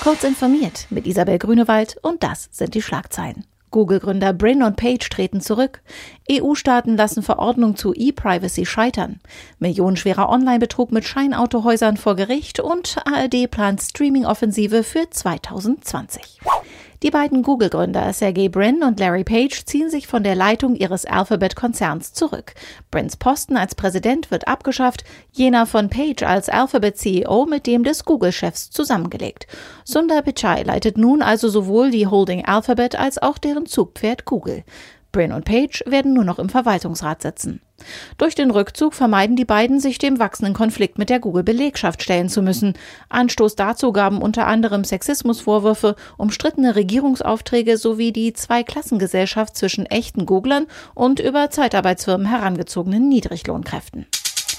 Kurz informiert mit Isabel Grünewald und das sind die Schlagzeilen. Google-Gründer Brin und Page treten zurück. EU-Staaten lassen Verordnung zu E-Privacy scheitern. Millionenschwerer Online-Betrug mit Scheinautohäusern vor Gericht und ARD plant Streaming-Offensive für 2020. Die beiden Google-Gründer Sergey Brin und Larry Page ziehen sich von der Leitung ihres Alphabet-Konzerns zurück. Brins Posten als Präsident wird abgeschafft, jener von Page als Alphabet-CEO mit dem des Google-Chefs zusammengelegt. Sundar Pichai leitet nun also sowohl die Holding Alphabet als auch deren Zugpferd Google. Brin und Page werden nur noch im Verwaltungsrat sitzen. Durch den Rückzug vermeiden die beiden, sich dem wachsenden Konflikt mit der Google-Belegschaft stellen zu müssen. Anstoß dazu gaben unter anderem Sexismusvorwürfe, umstrittene Regierungsaufträge sowie die Zweiklassengesellschaft zwischen echten Googlern und über Zeitarbeitsfirmen herangezogenen Niedriglohnkräften.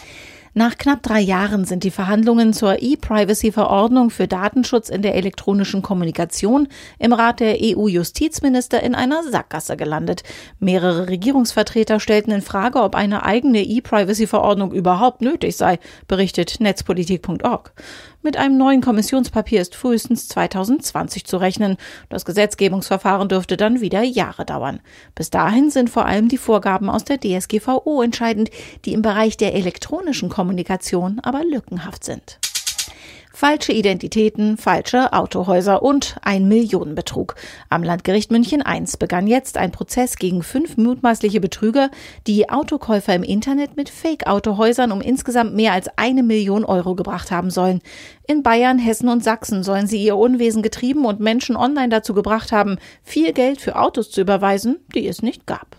Nach knapp 3 Jahren sind die Verhandlungen zur E-Privacy-Verordnung für Datenschutz in der elektronischen Kommunikation im Rat der EU-Justizminister in einer Sackgasse gelandet. Mehrere Regierungsvertreter stellten in Frage, ob eine eigene E-Privacy-Verordnung überhaupt nötig sei, berichtet netzpolitik.org. Mit einem neuen Kommissionspapier ist frühestens 2020 zu rechnen. Das Gesetzgebungsverfahren dürfte dann wieder Jahre dauern. Bis dahin sind vor allem die Vorgaben aus der DSGVO entscheidend, die im Bereich der elektronischen Kommunikation aber lückenhaft sind. Falsche Identitäten, falsche Autohäuser und ein Millionenbetrug. Am Landgericht München I begann jetzt ein Prozess gegen 5 mutmaßliche Betrüger, die Autokäufer im Internet mit Fake-Autohäusern um insgesamt mehr als 1 Million Euro gebracht haben sollen. In Bayern, Hessen und Sachsen sollen sie ihr Unwesen getrieben und Menschen online dazu gebracht haben, viel Geld für Autos zu überweisen, die es nicht gab.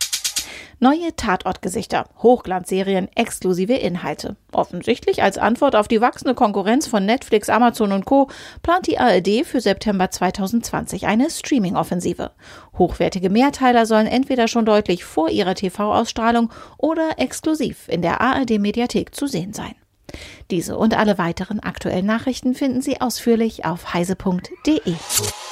Neue Tatortgesichter, Hochglanzserien, exklusive Inhalte. Offensichtlich als Antwort auf die wachsende Konkurrenz von Netflix, Amazon und Co. plant die ARD für September 2020 eine Streaming-Offensive. Hochwertige Mehrteiler sollen entweder schon deutlich vor ihrer TV-Ausstrahlung oder exklusiv in der ARD-Mediathek zu sehen sein. Diese und alle weiteren aktuellen Nachrichten finden Sie ausführlich auf heise.de.